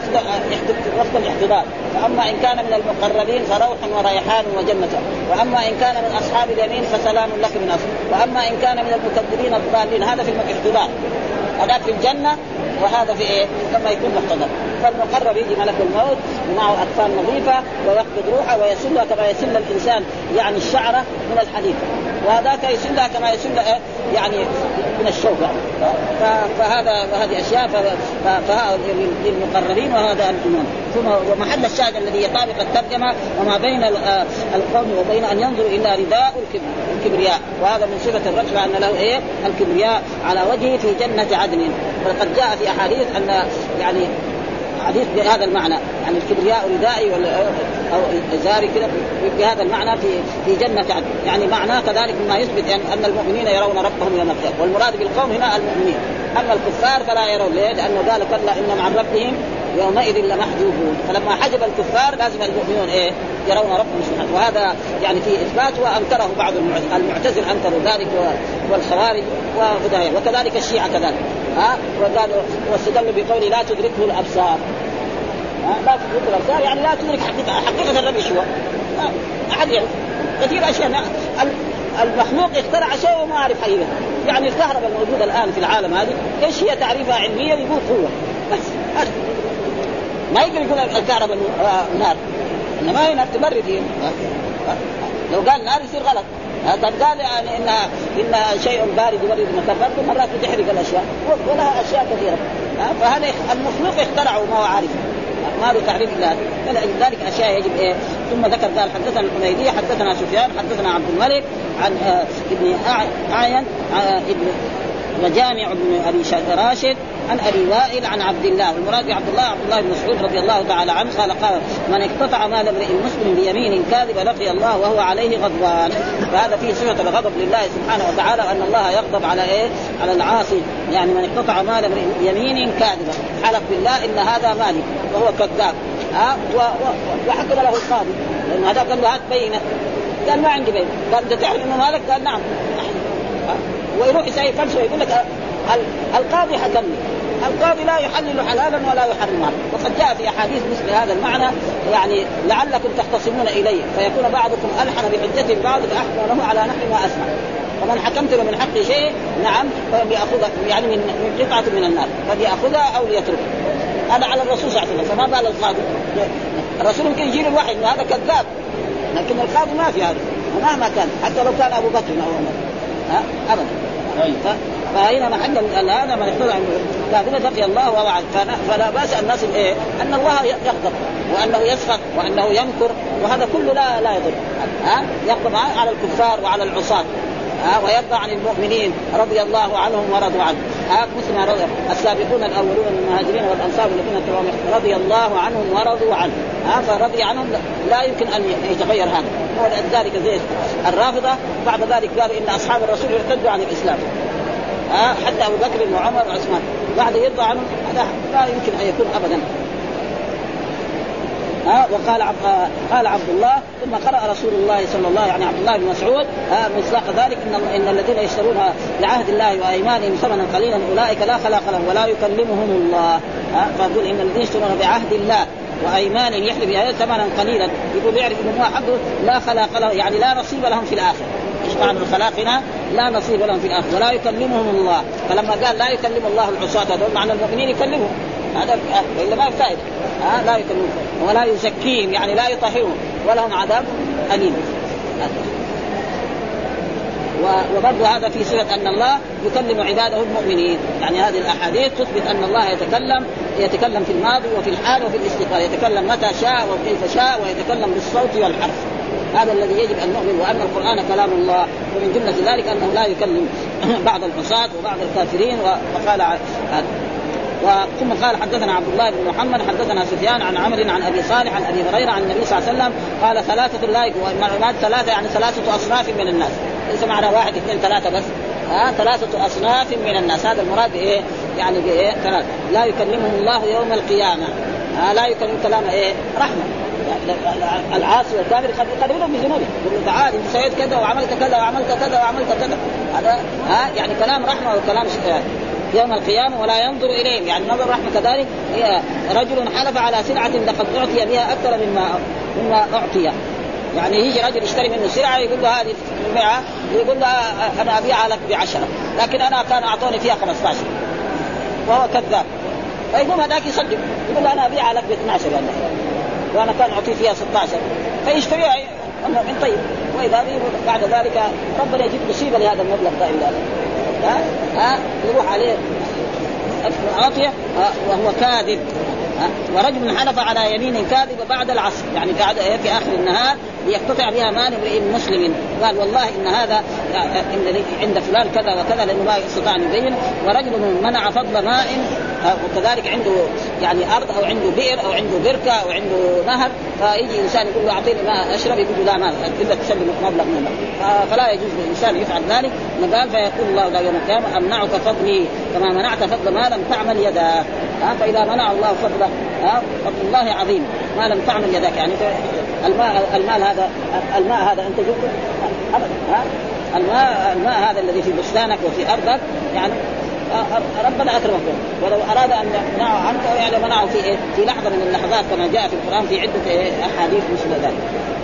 وقت الاحتضار، فأما إن كان من المقربين فروح وريحان وجنة، وأما إن كان من أصحاب اليمين فسلام لك من أصل، وأما إن كان من المكذبين الضالين. هذا في الاحتضار، هذا في الجنة، وهذا في إيه لما يكون محتضر. فالمقرب يجي ملك الموت ومعه أكفان نظيفة ويقبض روحه ويسلها كما يسل الإنسان يعني الشعرة من الحديد، وهذاك يسلها كما يسل يعني من الشوك. فهذه أشياء فهذا للمقربين وهذا الإيمان. ثم ومحل الشاهد الذي يطابق الترجمة وما بين القوم وبين أن ينظروا إلا رداء الكبرياء، وهذا من صفة الرجل أن له إيه الكبرياء على وجهه في جنة عدن. وقد جاء في أحاديث أن يعني حديث بهذا المعنى يعني الكبرياء ردائي أو إزاري كده بهذا المعنى في جنة عدن. يعني معناه كذلك مما يثبت أن المؤمنين يرون ربهم يوم القيامة، والمراد بالقوم هنا المؤمنين. أما الكفار فلا يرون، ليه؟ لأنه قال كلا إنهم عن ربهم يومئذ لمحجوبون. فلما حجب الكفار لازم المؤمنون إيه يرون ربهم سبحانه. وهذا يعني في إثبات، وأنكره بعض المعتزل أنكروا ذلك والخوارج وهدايا، وكذلك الشيعة كذلك. وقالوا واستدلوا بقول لا تدركه الأبصار. لا تدركه الأبصار يعني لا تدرك حقيقة الرب شو أحد يعني كثير أشياء. المخلوق اخترع شيء وما عارف حقيقة. يعني الكهرباء الموجودة الآن في العالم هذه إيش هي تعريفها علميا؟ يقول قوة بس، ما يقدر يقول الكهرباء نار، إنما هي نار تبرد. لو قال نار يصير غلط. طب قال يعني إن شيء بارد يبرد متبرد، مرات تحرق الأشياء، ولها أشياء كثيرة. فهذا المخلوق اخترعوا ما هو عارف، ما له تعريف إلا ذلك أشياء يجب إيه. ثم ذكر قال حدثنا الحميدي حدثنا سفيان حدثنا عبد الملك عن ابن أعين ابن وجامع بن أبي راشد عن أبي وائل عن عبد الله. والمراد بعبد الله بن مسعود رضي الله تعالى عنه قال من اقتطع مال امرئ مسلم بيمين كاذب لقي الله وهو عليه غضبان. فهذا فيه صفة الغضب لله سبحانه وتعالى، أن الله يغضب على إيه على العاصي. يعني من اقتطع مال امرئ بيمين كاذبة، حلف بالله إن هذا مالي وهو كذاب، وحكم له القاضي لأن هذا قال له هات بينة، قال ما عندي بينة، قال أنت تعرف إنه مالك؟ قال نعم. ويروح يسأل فلسفة يقول لك القاضي حكمني. القاضي لا يحلل حلالا ولا يحرم حراما. وقد جاء في أحاديث مثل هذا المعنى يعني لعلكم تختصمون إليه فيكون بعضكم ألحن بحجة بعض فأحكم له على نحو ما أسمع. ومن حكمت له من حق شيء نعم فليأخذ يعني من قطعة من النار فليأخذها أو ليتركها. هذا على الرسول صلى الله عليه وسلم. فما بال القاضي؟ الرسول يمكن يجيب الوحي إنه هذا كذاب، لكن القاضي ما في هذا مهما كان، حتى لو كان أبو بكر أو عمر أبدا. فهنا محل هذا من اقتضى كاذبة لقي الله ووعد. فلا بأس الناس إيه أن الله يغضب وأنه يسخط وأنه ينكر، وهذا كله لا يضر. يغضب على الكفار وعلى العصاة ويرضى عن المؤمنين رضي الله عنهم ورضوا عنه. مثل ما رضي السابقون الأولون من المهاجرين والأنصار الذين اتبعوهم رضي الله عنهم ورضوا عنه. فرضي عنهم لا يمكن أن يتغير هذا. ولذلك زي الرافضة بعد ذلك قالوا إن أصحاب الرسول ارتدوا عن الإسلام، حتى أبو بكر وعمر وعثمان بعد يرضى عنهم هذا لا يمكن أن يكون أبدا. قال عبد الله ثم قرأ رسول الله صلى الله يعني عبد الله بن مسعود مصداق ذلك إن الذين يشترون بعهد الله وأيمانهم ثمنا قليلا أولئك لا خلاق لهم ولا يكلمهم الله. فأقول إن الذين يشترون بعهد الله وأيمانهم يحلف بها ثمنا قليلا يقول يعرف إن هو حقه لا خلاق له يعني لا نصيب لهم في الآخرة. إيش معنى الخلاق هنا؟ لا نصيب لهم في الآخرة ولا يكلمهم الله. فلما قال لا يكلم الله العصاة هذول معنى المؤمنين يكلمهم هذا إلا ما فائدة. لا يكلمهم ولا يزكيهم يعني لا يطهرهم ولهم عذاب أليم. وبرضو هذا في صفة أن الله يكلم عباده المؤمنين. يعني هذه الأحاديث تثبت أن الله يتكلم في الماضي وفي الحال وفي الاستقبال، يتكلم متى شاء وكيف شاء ويتكلم بالصوت والحرف. هذا الذي يجب أن نؤمن وأن القرآن كلام الله. ومن جملة ذلك أنه لا يكلم بعض العصاة وبعض الكافرين. وقال ثم قال حدثنا عبد الله بن محمد حدثنا سفيان عن عمرو عن أبي صالح عن أبي هريرة عن النبي صلى الله عليه وسلم قال ثلاثة لا يكون. والمعلومات ثلاثة يعني ثلاثة أصناف من الناس، ليس معنى واحد اثنين ثلاثة بس. ثلاثة أصناف من الناس. هذا المراد إيه يعني بإيه؟ ثلاثة لا يكلمهم الله يوم القيامة. لا يكلم كلام إيه؟ رحمة. العاصي والكافر قد يقولون بذنوبه يقول تعال انت سويت كذا وعملت كذا وعملت كذا وعملت كذا. هذا يعني كلام رحمة وكلام يوم القيامة ولا ينظر إليهم. يعني نظر رحمة كذلك. رجل حلف على سلعة لقد أعطي بها أكثر مما أعطي. يعني يجي رجل يشتري منه سلعة يقول له هذه المبيعة يقول له أنا أبيعها لك ب10 لكن أنا كان أعطوني فيها 15 وهو كذاب. فيقوم هذاك يصدق يقول له أنا أبيعها لك ب12 وأنا كان أعطي فيها 16 فيشتريها من طيب. وإذا بعد ذلك ربنا يجيب مصيبة لهذا المبلغ دائما. يروح عليه عاطية وهو كاذب. ورجل حلف على يمين كاذب بعد العصر يعني بعد في آخر النهار ليقتطع بها مال امرئ مسلم. قال والله إن هذا عند فلان كذا وكذا لأنه ما يستطيع أن يبين. ورجل منع فضل ماء وكذلك عنده يعني أرض أو عنده بئر أو عنده بركة أو عنده نهر فيجي إنسان يقول له أعطيني ماء أشرب يقول له لا ماء إلا تسلم مبلغ منه. فلا يجوز للإنسان يفعل ذلك. قال فيقول الله لا يوم القيامة أمنعك فضلي كما منعت فضل ما لم تعمل يداك. فإذا منع الله فضله فضل الله عظيم ما لم تعمل يداك. يعني الماء هذا أنت جبته الماء هذا الذي في بستانك وفي أرضك يعني ربنا أكرمكم ولو أراد أن يمنعه عنك يعني منعه في لحظة من اللحظات كما جاء في القرآن في عدة أحاديث مثل ذلك.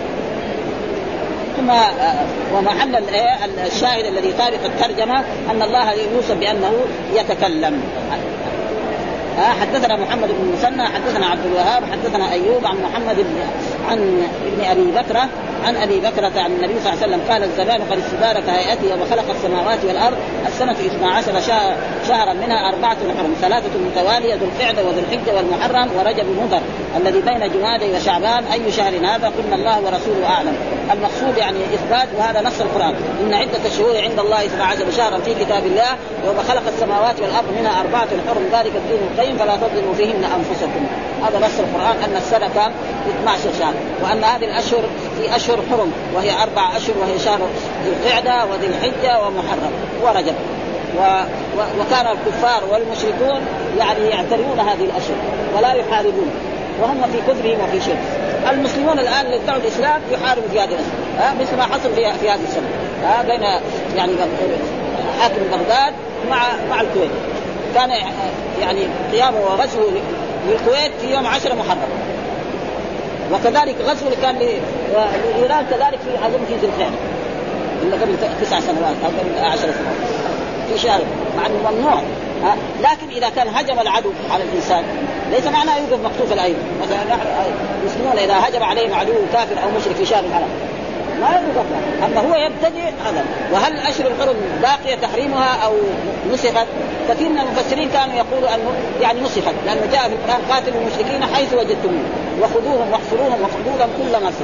ثم ومحل الشاهد الذي طابق الترجمة أن الله يوصف بأنه يتكلم. حدثنا محمد بن مسنى حدثنا عبد الوهاب حدثنا أيوب عن محمد عن ابن أبي بكرة عن أبي بكرة عن النبي صلى الله عليه وسلم قال الزمان قد استدار كهيئته وخلق السماوات والأرض السنة 12 شهرا منها 4 حرم 3 متوالية ذو القعدة وذو الحجة والمحرم ورجب مضر الذي بين جمادى وشعبان أي شهر هذا قلنا الله ورسوله أعلم. المقصود يعني إثبات وهذا نص القرآن إن عدة الشهور عند الله 12 شهرا في كتاب الله يوم خلق السماوات والأرض منها 4 حرم ذلك الدين القيم فلا تظلموا فيهن أنفسكم. هذا نص القرآن أن السنة كان 12 شهر وأن هذه الأشهر في أشهر حرم وهي 4 أشهر وهي شهر ذي القعدة وذي الحجة ومحرم ورجب. وكان الكفار والمشركون يعني يعترون هذه الأشهر ولا يحاربون وهم في كفرهم وفي شرك. المسلمون الآن اللي ادعوا الإسلام يحاربوا في هذه الأشهر مثل ما حصل في هذه السنة بين يعني حاكم بغداد مع الكويت. كان يعني قيامه وغزوه للكويت في يوم 10 محرم وكذلك غزو اللي كان لإيران كذلك في عظم في ذي القعدة إلا قبل 9 سنوات أو قبل 10 سنوات في شهر مع أنه ممنوع. لكن إذا كان هجم العدو على الإنسان ليس معناه يوقف مقطوف الأيدي. مثلا المسلمون إذا هجم عليهم عدو كافر أو مشرك في شهر الحرم ما يوقف أما هو يبتدئ هذا. وهل أشهر الحرم باقية تحريمها أو نسخت؟ كثير من المفسرين كانوا يقولوا أنه يعني نسخت لأنه جاء في القرآن قاتلوا المشركين حيث وجدتموهم وخذوهم واحصروهم وخذوهم كل مرصد.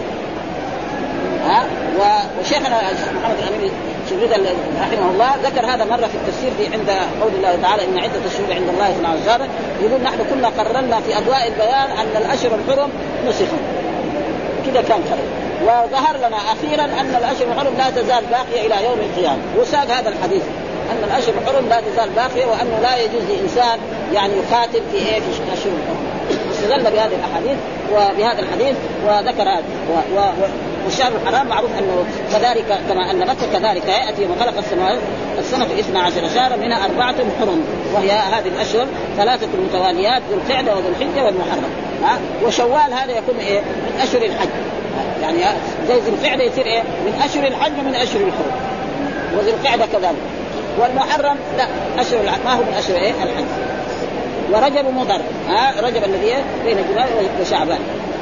وشيخنا محمد الأمين شريد رحمه الله ذكر هذا مرة في التفسير في عند قول الله تعالى إن عدة الشهور عند الله 12 شهرا يقول نحن كنا قررنا في أضواء البيان أن الأشهر الحرم نسخوا كده كان خير. وظهر لنا أخيرا أن الأشهر الحرم لا تزال باقية إلى يوم القيامة وساق هذا الحديث أن الأشهر الحرم لا تزال باقية وأنه لا يجوز لإنسان يعني يقاتل في ايه في اشهر الحرم. استدل بهذه الاحاديث وبهذا الحديث وذكر هذا والشهر الحرام معروف انه كذلك كما ان مكه كذلك ياتي يوم خلق السماوات السنه 12 شهرا منها 4 حرم، وهي هذه الاشهر 3 متواليات ذو القعده وذو الحجه والمحرم. وشوال هذا يكون ايه من اشهر الحج، يعني زي ذو القعده يصير ايه من اشهر الحج ومن اشهر الحرم، وذو القعده كذلك. والمحرم لا اشهر ما هو من اشهر ايه الحج. ورجب مضر رجب الذي بين جمادى وشعبان.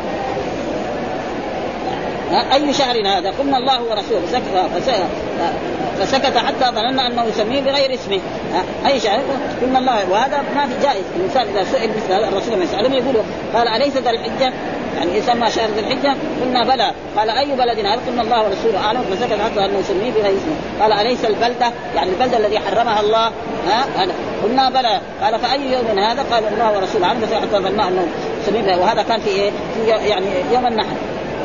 أي شهر هذا؟ قلنا الله ورسوله فسكت حتى ظننا أنه يسميه بغير اسمه. أي شهر؟ قلنا الله. وهذا ما في جائز. الإنسان إذا سئل مثل هذا الرسول ما يسأله يقول قال أليس ذا الحجة؟ يعني يسمى شهر ذي الحجة؟ قلنا بلى. قال أي بلد هذا؟ قلنا الله ورسوله أعلم. فسكت حتى أنه يسميه بغير اسمه. قال أليس البلدة؟ يعني البلدة الذي حرمها الله. قلنا بلى. قال فأي يوم هذا؟ قال الله ورسوله أعلم. حتى ظننا أنه يسميه بها. وهذا كان في إيه؟ في يعني يوم النحر.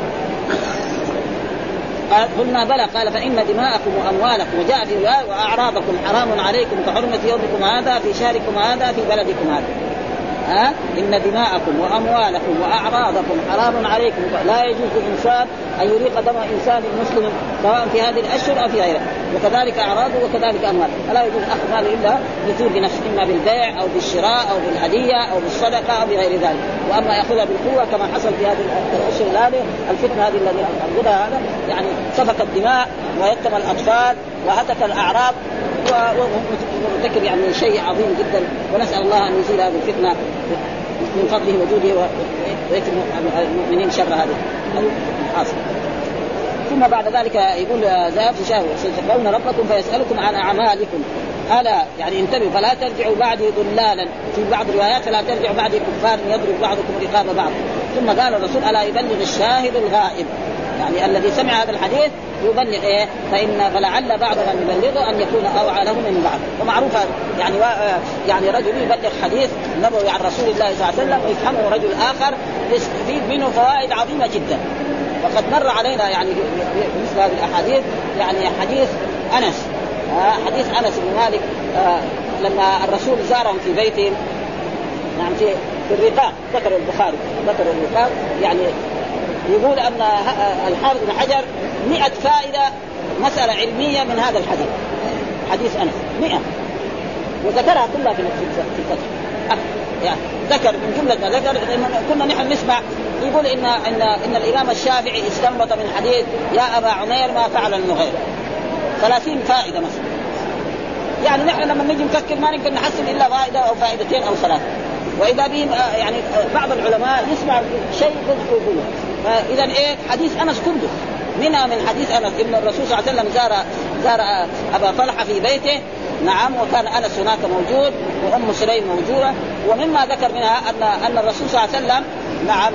قلنا بلى. قال فإن دماءكم وأموالكم وجاء في وأعراضكم حرام عليكم كحرمة يومكم هذا في شهركم هذا في بلدكم هذا. إن دماءكم وأموالكم وأعراضكم حرام عليكم. لا يجوز لإنسان أن يريق دم إنسان مسلم سواء في هذه الأشهر أو في غيرها، وكذلك أعراضه وكذلك أمواله. فلا يجوز أخذ ماله إلا يثير بنفسه، إما بالبيع أو بالشراء أو بالهدية أو بالصدقة أو بغير ذلك. وأما يأخذها بالقوة كما حصل في هذه الأشهر هذه الفتنة هذه الذي أخذها هذا يعني سفك الدماء ويتم الأطفال وهتك الأعراض ومرتكب يعني شيء عظيم جدا. ونسأل الله أن يزيل هذه الفتنة من فضله وجوده ويكفي المؤمنين شر هذه الحاصل. ثم بعد ذلك يقول ذهب في شهر ستلقون ربكم فيسألكم عن أعمالكم ألا يعني انتبهوا فلا ترجعوا بعدي ضلالا. في بعض الروايات فلا ترجعوا بعدي كفار يضرب بعضكم رقاب بعض. ثم قال الرسول ألا يبلغ الشاهد الغائب، يعني الذي سمع هذا الحديث يبلغ إيه؟ فلعل بعض من يبلغه أن يكون أوعى له من بعض. ومعروف يعني رجل يبلغ حديث نبوي عن رسول الله صلى الله عليه وسلم ويفهمه رجل آخر يستفيد منه فوائد عظيمة جدا. وقد مر علينا يعني مثل هذه الأحاديث يعني حديث أنس حديث أنس بن مالك لما الرسول زارهم في بيتهم نعم في الرقاق. ذكر البخاري يعني يقول أن الحافظ بن حجر 100 فائدة مسألة علمية من هذا الحديث حديث أنس 100 وذكرها كلها في الفتح. يعني ذكر من جملة ما ذكر كنا نحن نسمع يقول إن الإمام الشافعي استنبط من حديث يا أبا عمير ما فعل النغير 30 فائدة مثلا. يعني نحن لما نجي نفكر ما نقدر نحصل إلا فائدة أو فائدتين أو 3. وإذا بهم يعني بعض العلماء يسمع شيء يقوله. فإذا إيه حديث أنس كله منها من حديث أنس إن الرسول صلى الله عليه وسلم زار أبا طلحة في بيته نعم وكان أنس هناك موجود وأم سليم موجودة. ومما ذكر منها أن الرسول صلى الله عليه وسلم نعم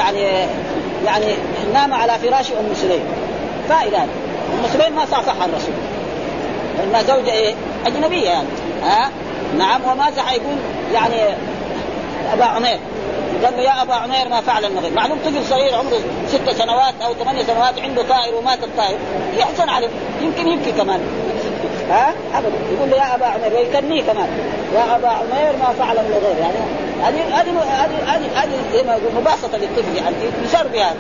يعني نام على فراش أم سليم. فائدة أم سليم ما صافحها الرسول لأنها زوجة إيه أجنبية يعني نعم. وما يقول يعني أبا عمير قال له يا أبا عمير ما فعل النغير. معلوم طفل صغير عمره 6 سنوات أو 8 سنوات عنده طائر ومات الطائر يحزن عليه يمكن يبكي كمان أبدا. يقول له يا أبا عمير ويكنيه كمان يا أبا عمير ما فعل النغير. يعني هذه زي ما يقول مباسطة للطفل يعني يشار بها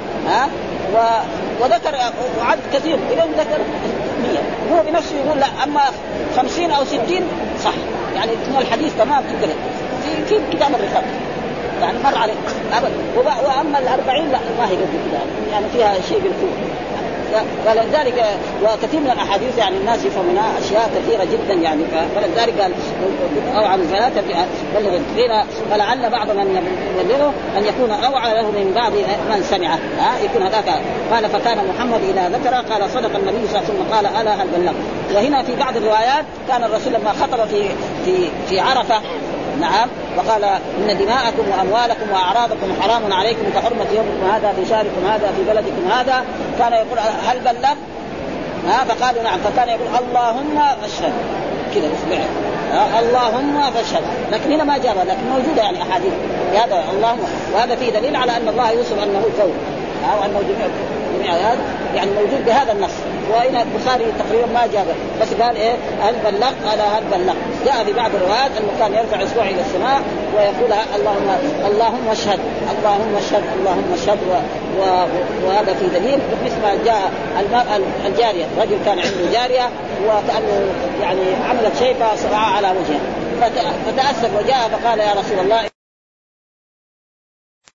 وذكر عدد كثير إذا ذكر 100 هو بنفسه يقول لا أما 50 أو 60 صح يعني الحديث تمام كده في كتاب الرقاق يعني مر عليه أبدا. وأما 40 لا ما هي قد كده يعني فيها شيء بالقوة. فلذلك وكثير من الأحاديث يعني الناس يفهمونها أشياء كثيرة جدا يعني. فلذلك قال أوعى من 3 بلغ الدين فلعل بعض من يبلغه أن يكون أوعى له من بعض من سمعه يكون هذاك. قال فكان محمد إذا ذكر قال صدق النبي صلى الله عليه وسلم قال ألا هل بلغ. وهنا في بعض الروايات كان الرسول لما خطب في عرفة نعم وقال إن دماءكم وأموالكم وأعراضكم حرام عليكم كحرمة يومكم هذا في شهركم هذا في بلدكم هذا. كان يقول هل بلغ فقالوا نعم. فكان يقول اللهم اشهد كده اسمع اللهم فاشهد. لكن هنا ما جابها لكن موجودة يعني أحاديث هذا اللهم. وهذا فيه دليل على أن الله يوصف أنه قول وأنه جميع هذا يعني موجود بهذا النص. وإن البخاري تقريبا ما جابه بس قال إيه هل بلغ قال هل بلغ جاء في بعض الروايات أنه كان يرفع إصبعه إلى السماء ويقول اللهم اشهد اللهم اشهد اللهم اشهد. وهذا في دليل مثل ما جاء الجارية، رجل كان عنده جارية وكأنه يعني عملت شيء فصرعها على وجهها فتأسف وجاء فقال يا رسول الله